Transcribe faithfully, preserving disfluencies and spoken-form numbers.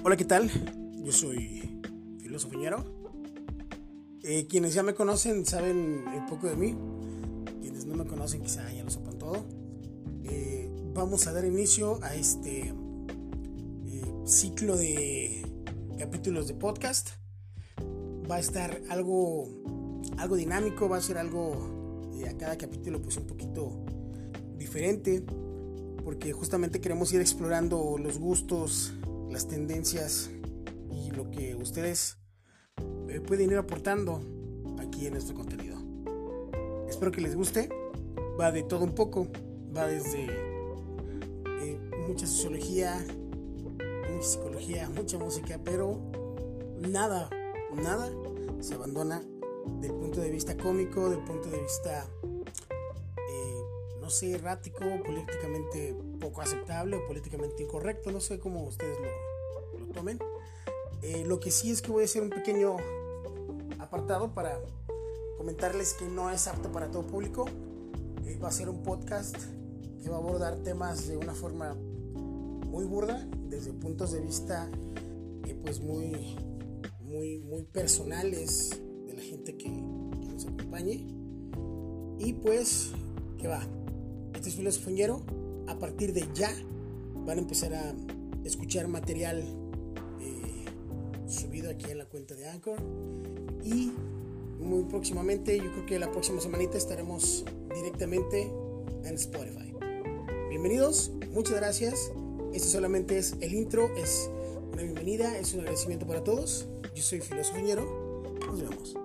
Hola, ¿qué tal? Yo soy Filósofo Ñero. Eh, quienes ya me conocen saben un poco de mí. Quienes no me conocen quizá ya lo sepan todo. Eh, vamos a dar inicio a este eh, ciclo de capítulos de podcast. Va a estar algo, algo dinámico, va a ser algo eh, a cada capítulo pues un poquito diferente, porque justamente queremos ir explorando los gustos, las tendencias y lo que ustedes eh, pueden ir aportando aquí en nuestro contenido. Espero que les guste. Va de todo un poco, va desde eh, mucha sociología, mucha psicología, mucha música, pero nada, nada se abandona del punto de vista cómico, del punto de vista eh, no sé, errático, políticamente poco aceptable o políticamente incorrecto, no sé cómo ustedes lo, lo tomen. Eh, lo que sí es que voy a hacer un pequeño apartado para comentarles que no es apto para todo público. Eh, va a ser un podcast que va a abordar temas de una forma muy burda, desde puntos de vista eh, pues muy, muy, muy personales de la gente que, que nos acompañe. Y pues, ¿qué va? Este es Filósofo Ñero. A partir de ya van a empezar a escuchar material eh, subido aquí en la cuenta de Anchor, y muy próximamente, yo creo que la próxima semanita estaremos directamente en Spotify. Bienvenidos, muchas gracias. Esto solamente es el intro, es una bienvenida, es un agradecimiento para todos. Yo soy Filósofo Ñero. Nos vemos.